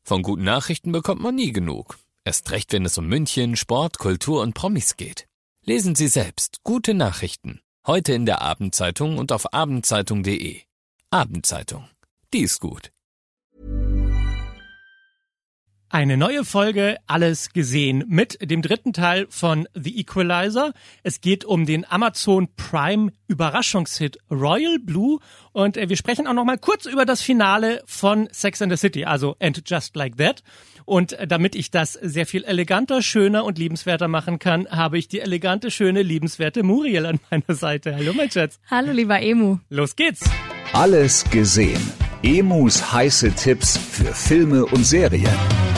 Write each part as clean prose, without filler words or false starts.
Von guten Nachrichten bekommt man nie genug. Erst recht, wenn es um München, Sport, Kultur und Promis geht. Lesen Sie selbst gute Nachrichten. Heute in der Abendzeitung und auf abendzeitung.de. Abendzeitung. Die ist gut. Eine neue Folge Alles gesehen mit dem dritten Teil von The Equalizer. Es geht um den Amazon Prime Überraschungshit Royal Blue und wir sprechen auch noch mal kurz über das Finale von Sex and the City, also And Just Like That. Und damit ich das sehr viel eleganter, schöner und liebenswerter machen kann, habe ich die elegante, schöne, liebenswerte Muriel an meiner Seite. Hallo mein Schatz. Hallo lieber Emu. Los geht's. Alles gesehen. Emus heiße Tipps für Filme und Serien.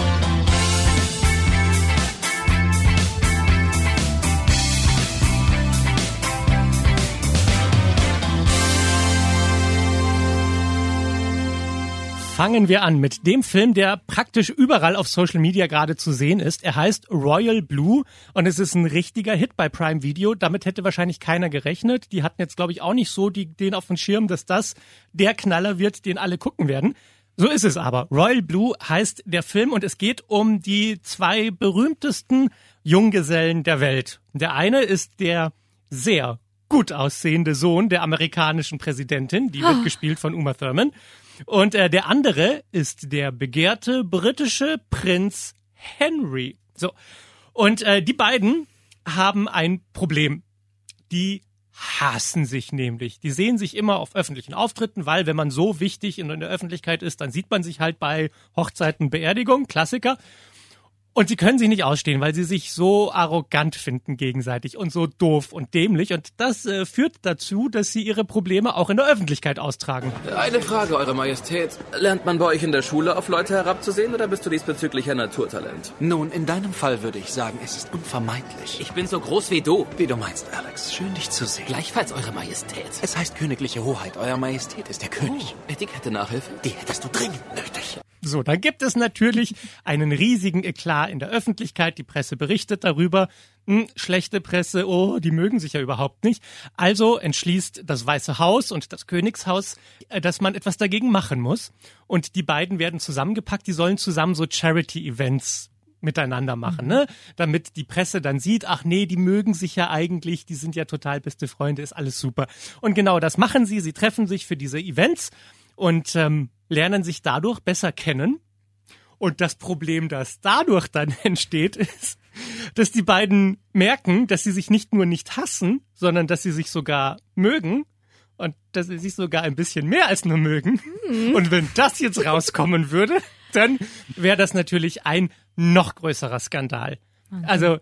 Fangen wir an mit dem Film, der praktisch überall auf Social Media gerade zu sehen ist. Er heißt Royal Blue und es ist ein richtiger Hit bei Prime Video. Damit hätte wahrscheinlich keiner gerechnet. Die hatten jetzt, glaube ich, auch nicht so den auf dem Schirm, dass das der Knaller wird, den alle gucken werden. So ist es aber. Royal Blue heißt der Film und es geht um die zwei berühmtesten Junggesellen der Welt. Der eine ist der sehr gut aussehende Sohn der amerikanischen Präsidentin. Die wird gespielt von Uma Thurman. Und der andere ist der begehrte britische Prinz Henry. So. Und die beiden haben ein Problem. Die hassen sich nämlich. Die sehen sich immer auf öffentlichen Auftritten, weil wenn man so wichtig in der Öffentlichkeit ist, dann sieht man sich halt bei Hochzeiten, Beerdigungen, Klassiker. Und sie können sich nicht ausstehen, weil sie sich so arrogant finden gegenseitig und so doof und dämlich. Und das führt dazu, dass sie ihre Probleme auch in der Öffentlichkeit austragen. Eine Frage, Eure Majestät. Lernt man bei euch in der Schule auf Leute herabzusehen oder bist du diesbezüglich ein Naturtalent? Nun, in deinem Fall würde ich sagen, es ist unvermeidlich. Ich bin so groß wie du. Wie du meinst, Alex. Schön, dich zu sehen. Gleichfalls, Eure Majestät. Es heißt königliche Hoheit. Euer Majestät ist der König. Etikette Nachhilfe? Die hättest du dringend nötig. So, dann gibt es natürlich einen riesigen Eklat in der Öffentlichkeit. Die Presse berichtet darüber. Schlechte Presse, die mögen sich ja überhaupt nicht. Also entschließt das Weiße Haus und das Königshaus, dass man etwas dagegen machen muss. Und die beiden werden zusammengepackt. Die sollen zusammen so Charity-Events miteinander machen, ne? Damit die Presse dann sieht, ach nee, die mögen sich ja eigentlich, die sind ja total beste Freunde, ist alles super. Und genau das machen sie. Sie treffen sich für diese Events und lernen sich dadurch besser kennen. Und das Problem, das dadurch dann entsteht, ist, dass die beiden merken, dass sie sich nicht nur nicht hassen, sondern dass sie sich sogar mögen und dass sie sich sogar ein bisschen mehr als nur mögen. Und wenn das jetzt rauskommen würde, dann wäre das natürlich ein noch größerer Skandal. Also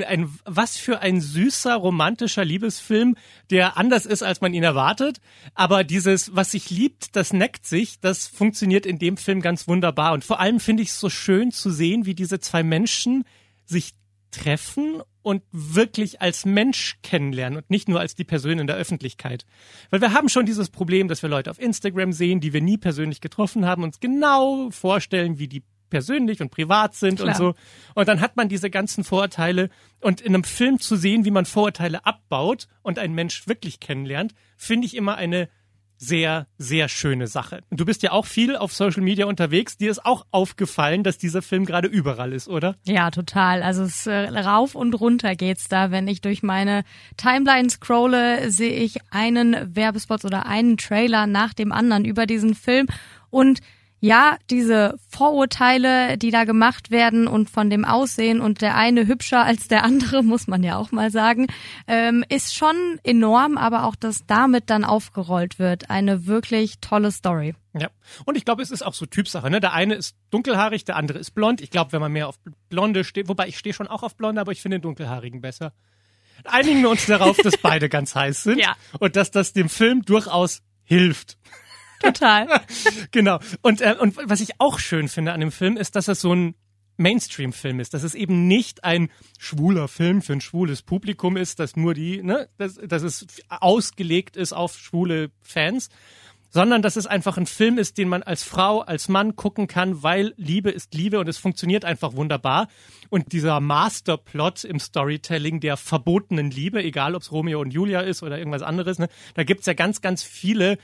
was für ein süßer, romantischer Liebesfilm, der anders ist, als man ihn erwartet. Aber dieses, was sich liebt, das neckt sich, das funktioniert in dem Film ganz wunderbar. Und vor allem finde ich es so schön zu sehen, wie diese zwei Menschen sich treffen und wirklich als Mensch kennenlernen und nicht nur als die Person in der Öffentlichkeit. Weil wir haben schon dieses Problem, dass wir Leute auf Instagram sehen, die wir nie persönlich getroffen haben, uns genau vorstellen, wie die persönlich und privat sind. Klar. Und so. Und dann hat man diese ganzen Vorurteile. Und in einem Film zu sehen, wie man Vorurteile abbaut und einen Mensch wirklich kennenlernt, finde ich immer eine sehr, sehr schöne Sache. Und du bist ja auch viel auf Social Media unterwegs. Dir ist auch aufgefallen, dass dieser Film gerade überall ist, oder? Ja, total. Also es rauf und runter geht's da. Wenn ich durch meine Timeline scrolle, sehe ich einen Werbespot oder einen Trailer nach dem anderen über diesen Film. Und ja, diese Vorurteile, die da gemacht werden und von dem Aussehen und der eine hübscher als der andere, muss man ja auch mal sagen, ist schon enorm, aber auch, dass damit dann aufgerollt wird, eine wirklich tolle Story. Ja, und ich glaube, es ist auch so Typsache, ne? Der eine ist dunkelhaarig, der andere ist blond. Ich glaube, wenn man mehr auf Blonde steht, wobei ich stehe schon auch auf Blonde, aber ich finde den Dunkelhaarigen besser. Einigen wir uns darauf, dass beide ganz heiß sind und dass das dem Film durchaus hilft. Total. Genau. Und was ich auch schön finde an dem Film ist, dass es so ein Mainstream-Film ist, dass es eben nicht ein schwuler Film für ein schwules Publikum ist, dass nur dass es ausgelegt ist auf schwule Fans, sondern dass es einfach ein Film ist, den man als Frau, als Mann gucken kann, weil Liebe ist Liebe und es funktioniert einfach wunderbar. Und dieser Masterplot im Storytelling der verbotenen Liebe, egal ob es Romeo und Julia ist oder irgendwas anderes, da gibt's ja ganz, ganz viele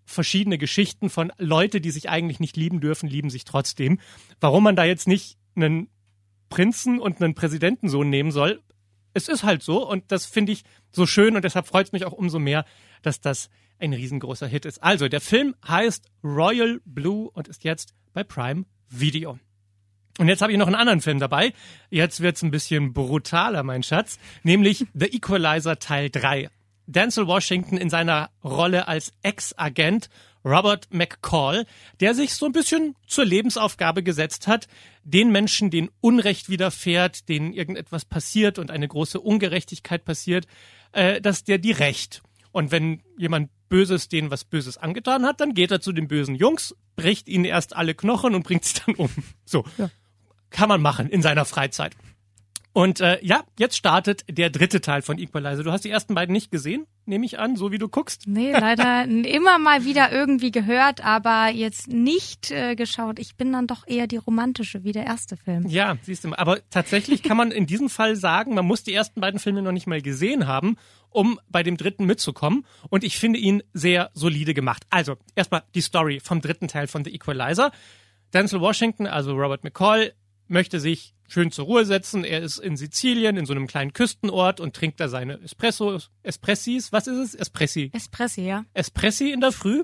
verschiedene Geschichten von Leute, die sich eigentlich nicht lieben dürfen, lieben sich trotzdem. Warum man da jetzt nicht einen Prinzen und einen Präsidentensohn nehmen soll, es ist halt so und das finde ich so schön und deshalb freut es mich auch umso mehr, dass das ein riesengroßer Hit ist. Also, der Film heißt Royal Blue und ist jetzt bei Prime Video. Und jetzt habe ich noch einen anderen Film dabei. Jetzt wird's ein bisschen brutaler, mein Schatz, nämlich The Equalizer Teil 3. Denzel Washington in seiner Rolle als Ex-Agent Robert McCall, der sich so ein bisschen zur Lebensaufgabe gesetzt hat, den Menschen, denen Unrecht widerfährt, denen irgendetwas passiert und eine große Ungerechtigkeit passiert, dass der die rächt. Und wenn jemand Böses denen was Böses angetan hat, dann geht er zu den bösen Jungs, bricht ihnen erst alle Knochen und bringt sie dann um. So, ja. Kann man machen in seiner Freizeit. Und jetzt startet der 3. Teil von Equalizer. Du hast die ersten beiden nicht gesehen, nehme ich an, so wie du guckst? Nee, leider immer mal wieder irgendwie gehört, aber jetzt nicht geschaut. Ich bin dann doch eher die romantische wie der erste Film. Ja, siehst du mal. Aber tatsächlich kann man in diesem Fall sagen, man muss die ersten beiden Filme noch nicht mal gesehen haben, um bei dem 3. mitzukommen. Und ich finde ihn sehr solide gemacht. Also, erstmal die Story vom 3. Teil von The Equalizer. Denzel Washington, also Robert McCall, möchte sich schön zur Ruhe setzen. Er ist in Sizilien, in so einem kleinen Küstenort und trinkt da seine Espressis. Was ist es? Espressi, ja. Espressi in der Früh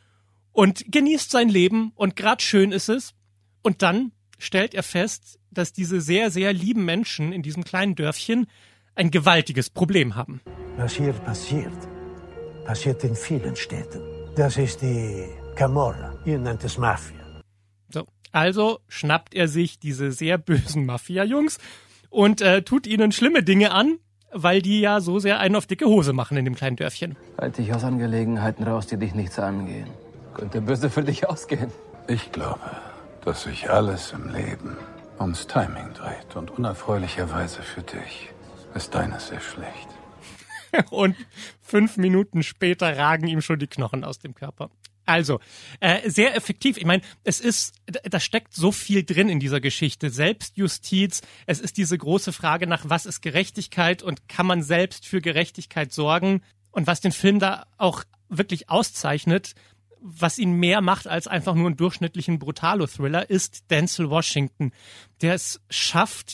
und genießt sein Leben und gerade schön ist es. Und dann stellt er fest, dass diese sehr, sehr lieben Menschen in diesem kleinen Dörfchen ein gewaltiges Problem haben. Was hier passiert in vielen Städten. Das ist die Camorra. Ihr nennt es Mafia. So, also schnappt er sich diese sehr bösen Mafia-Jungs und tut ihnen schlimme Dinge an, weil die ja so sehr einen auf dicke Hose machen in dem kleinen Dörfchen. Halt dich aus Angelegenheiten raus, die dich nichts angehen. Könnte böse für dich ausgehen. Ich glaube, dass sich alles im Leben ums Timing dreht und unerfreulicherweise für dich ist deines sehr schlecht. Und 5 Minuten später ragen ihm schon die Knochen aus dem Körper. Also, sehr effektiv. Ich meine, da steckt so viel drin in dieser Geschichte. Selbstjustiz, es ist diese große Frage nach, was ist Gerechtigkeit und kann man selbst für Gerechtigkeit sorgen? Und was den Film da auch wirklich auszeichnet, was ihn mehr macht als einfach nur einen durchschnittlichen Brutalo-Thriller, ist Denzel Washington, der es schafft,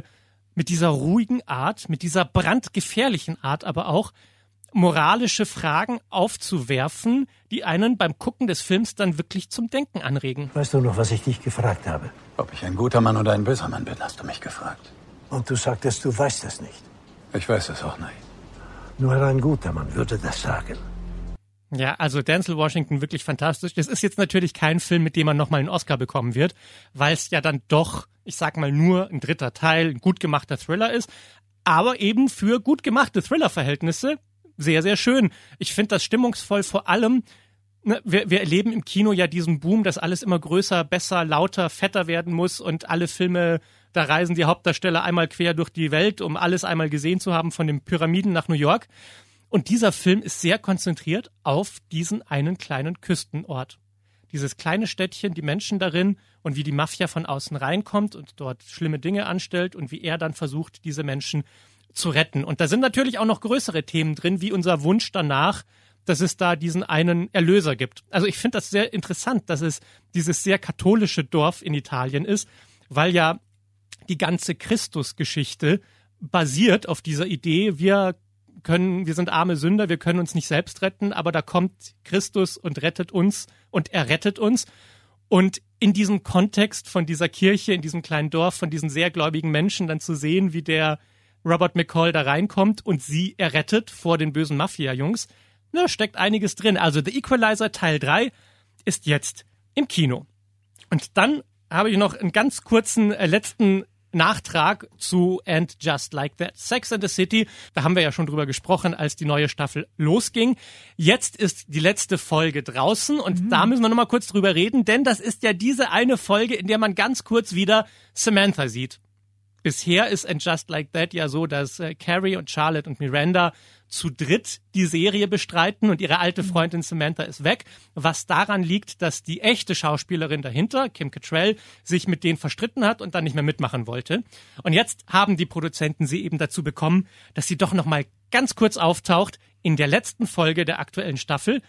mit dieser ruhigen Art, mit dieser brandgefährlichen Art aber auch, moralische Fragen aufzuwerfen, die einen beim Gucken des Films dann wirklich zum Denken anregen. Weißt du noch, was ich dich gefragt habe? Ob ich ein guter Mann oder ein böser Mann bin, hast du mich gefragt. Und du sagtest, du weißt es nicht. Ich weiß es auch nicht. Nur ein guter Mann würde das sagen. Ja, also Denzel Washington wirklich fantastisch. Das ist jetzt natürlich kein Film, mit dem man nochmal einen Oscar bekommen wird, weil es ja dann doch, ich sag mal, nur ein 3. Teil, ein gut gemachter Thriller ist. Aber eben für gut gemachte Thriller-Verhältnisse sehr, sehr schön. Ich finde das stimmungsvoll, vor allem, ne, wir erleben im Kino ja diesen Boom, dass alles immer größer, besser, lauter, fetter werden muss und alle Filme, da reisen die Hauptdarsteller einmal quer durch die Welt, um alles einmal gesehen zu haben, von den Pyramiden nach New York. Und dieser Film ist sehr konzentriert auf diesen einen kleinen Küstenort. Dieses kleine Städtchen, die Menschen darin und wie die Mafia von außen reinkommt und dort schlimme Dinge anstellt und wie er dann versucht, diese Menschen zu retten. Und da sind natürlich auch noch größere Themen drin, wie unser Wunsch danach, dass es da diesen einen Erlöser gibt. Also ich finde das sehr interessant, dass es dieses sehr katholische Dorf in Italien ist, weil ja die ganze Christusgeschichte basiert auf dieser Idee, wir sind arme Sünder, wir können uns nicht selbst retten, aber da kommt Christus und rettet uns und er rettet uns. Und in diesem Kontext von dieser Kirche, in diesem kleinen Dorf, von diesen sehr gläubigen Menschen dann zu sehen, wie der Robert McCall da reinkommt und sie errettet vor den bösen Mafia-Jungs, da steckt einiges drin. Also The Equalizer Teil 3 ist jetzt im Kino. Und dann habe ich noch einen ganz kurzen letzten Nachtrag zu And Just Like That. Sex and the City, da haben wir ja schon drüber gesprochen, als die neue Staffel losging. Jetzt ist die letzte Folge draußen und da müssen wir nochmal kurz drüber reden, denn das ist ja diese eine Folge, in der man ganz kurz wieder Samantha sieht. Bisher ist And Just Like That ja so, dass Carrie und Charlotte und Miranda zu dritt die Serie bestreiten und ihre alte Freundin Samantha ist weg. Was daran liegt, dass die echte Schauspielerin dahinter, Kim Cattrall, sich mit denen verstritten hat und dann nicht mehr mitmachen wollte. Und jetzt haben die Produzenten sie eben dazu bekommen, dass sie doch noch mal ganz kurz auftaucht in der letzten Folge der aktuellen Staffel.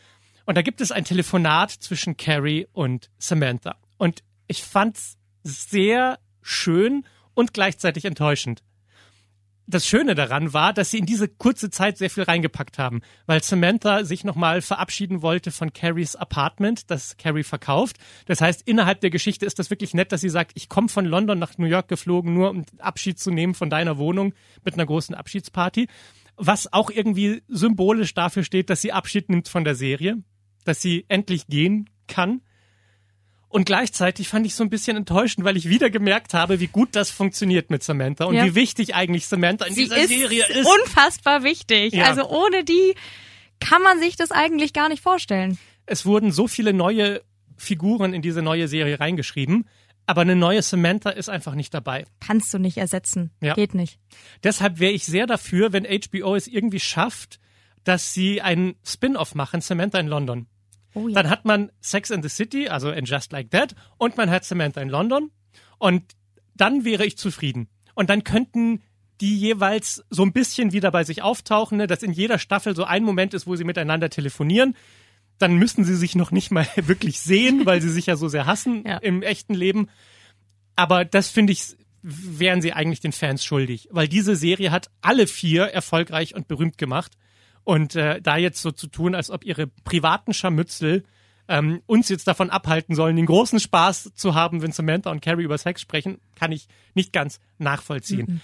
Und da gibt es ein Telefonat zwischen Carrie und Samantha. Und ich fand's sehr schön und gleichzeitig enttäuschend. Das Schöne daran war, dass sie in diese kurze Zeit sehr viel reingepackt haben, weil Samantha sich nochmal verabschieden wollte von Carries Apartment, das Carrie verkauft. Das heißt, innerhalb der Geschichte ist das wirklich nett, dass sie sagt, ich komme von London nach New York geflogen, nur um Abschied zu nehmen von deiner Wohnung mit einer großen Abschiedsparty. Was auch irgendwie symbolisch dafür steht, dass sie Abschied nimmt von der Serie, dass sie endlich gehen kann. Und gleichzeitig fand ich so ein bisschen enttäuschend, weil ich wieder gemerkt habe, wie gut das funktioniert mit Samantha und wie wichtig eigentlich Samantha in dieser Serie ist. Unfassbar wichtig. Ja. Also ohne die kann man sich das eigentlich gar nicht vorstellen. Es wurden so viele neue Figuren in diese neue Serie reingeschrieben, aber eine neue Samantha ist einfach nicht dabei. Kannst du nicht ersetzen. Ja. Geht nicht. Deshalb wäre ich sehr dafür, wenn HBO es irgendwie schafft, dass sie einen Spin-off machen, Samantha in London. Oh ja. Dann hat man Sex and the City, also And Just Like That, und man hat Samantha in London. Und dann wäre ich zufrieden. Und dann könnten die jeweils so ein bisschen wieder bei sich auftauchen, ne? Dass in jeder Staffel so ein Moment ist, wo sie miteinander telefonieren. Dann müssen sie sich noch nicht mal wirklich sehen, weil sie sich ja so sehr hassen im echten Leben. Aber das, finde ich, wären sie eigentlich den Fans schuldig. Weil diese Serie hat alle 4 erfolgreich und berühmt gemacht. Und da jetzt so zu tun, als ob ihre privaten Scharmützel uns jetzt davon abhalten sollen, den großen Spaß zu haben, wenn Samantha und Carrie über Sex sprechen, kann ich nicht ganz nachvollziehen.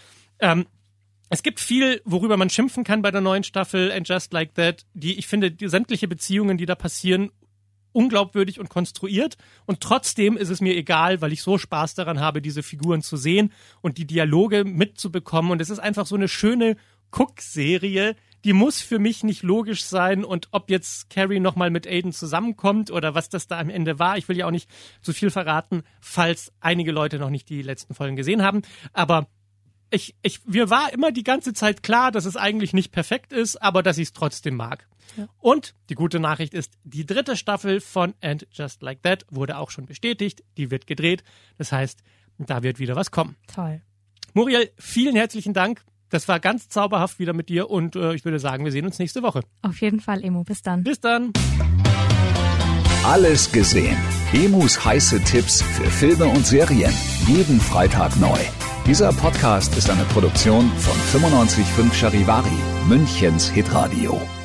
Es gibt viel, worüber man schimpfen kann bei der neuen Staffel And Just Like That, ich finde, die sämtliche Beziehungen, die da passieren, unglaubwürdig und konstruiert. Und trotzdem ist es mir egal, weil ich so Spaß daran habe, diese Figuren zu sehen und die Dialoge mitzubekommen. Und es ist einfach so eine schöne Cook-Serie, die muss für mich nicht logisch sein, und ob jetzt Carrie nochmal mit Aiden zusammenkommt oder was das da am Ende war, ich will ja auch nicht zu viel verraten, falls einige Leute noch nicht die letzten Folgen gesehen haben, aber mir war immer die ganze Zeit klar, dass es eigentlich nicht perfekt ist, aber dass ich es trotzdem mag. Ja. Und die gute Nachricht ist, die 3. Staffel von And Just Like That wurde auch schon bestätigt, die wird gedreht, das heißt, da wird wieder was kommen. Toll. Muriel, vielen herzlichen Dank. Das war ganz zauberhaft wieder mit dir und ich würde sagen, wir sehen uns nächste Woche. Auf jeden Fall, Emo. Bis dann. Bis dann. Alles gesehen. Emus heiße Tipps für Filme und Serien. Jeden Freitag neu. Dieser Podcast ist eine Produktion von 95.5 Charivari, Münchens Hitradio.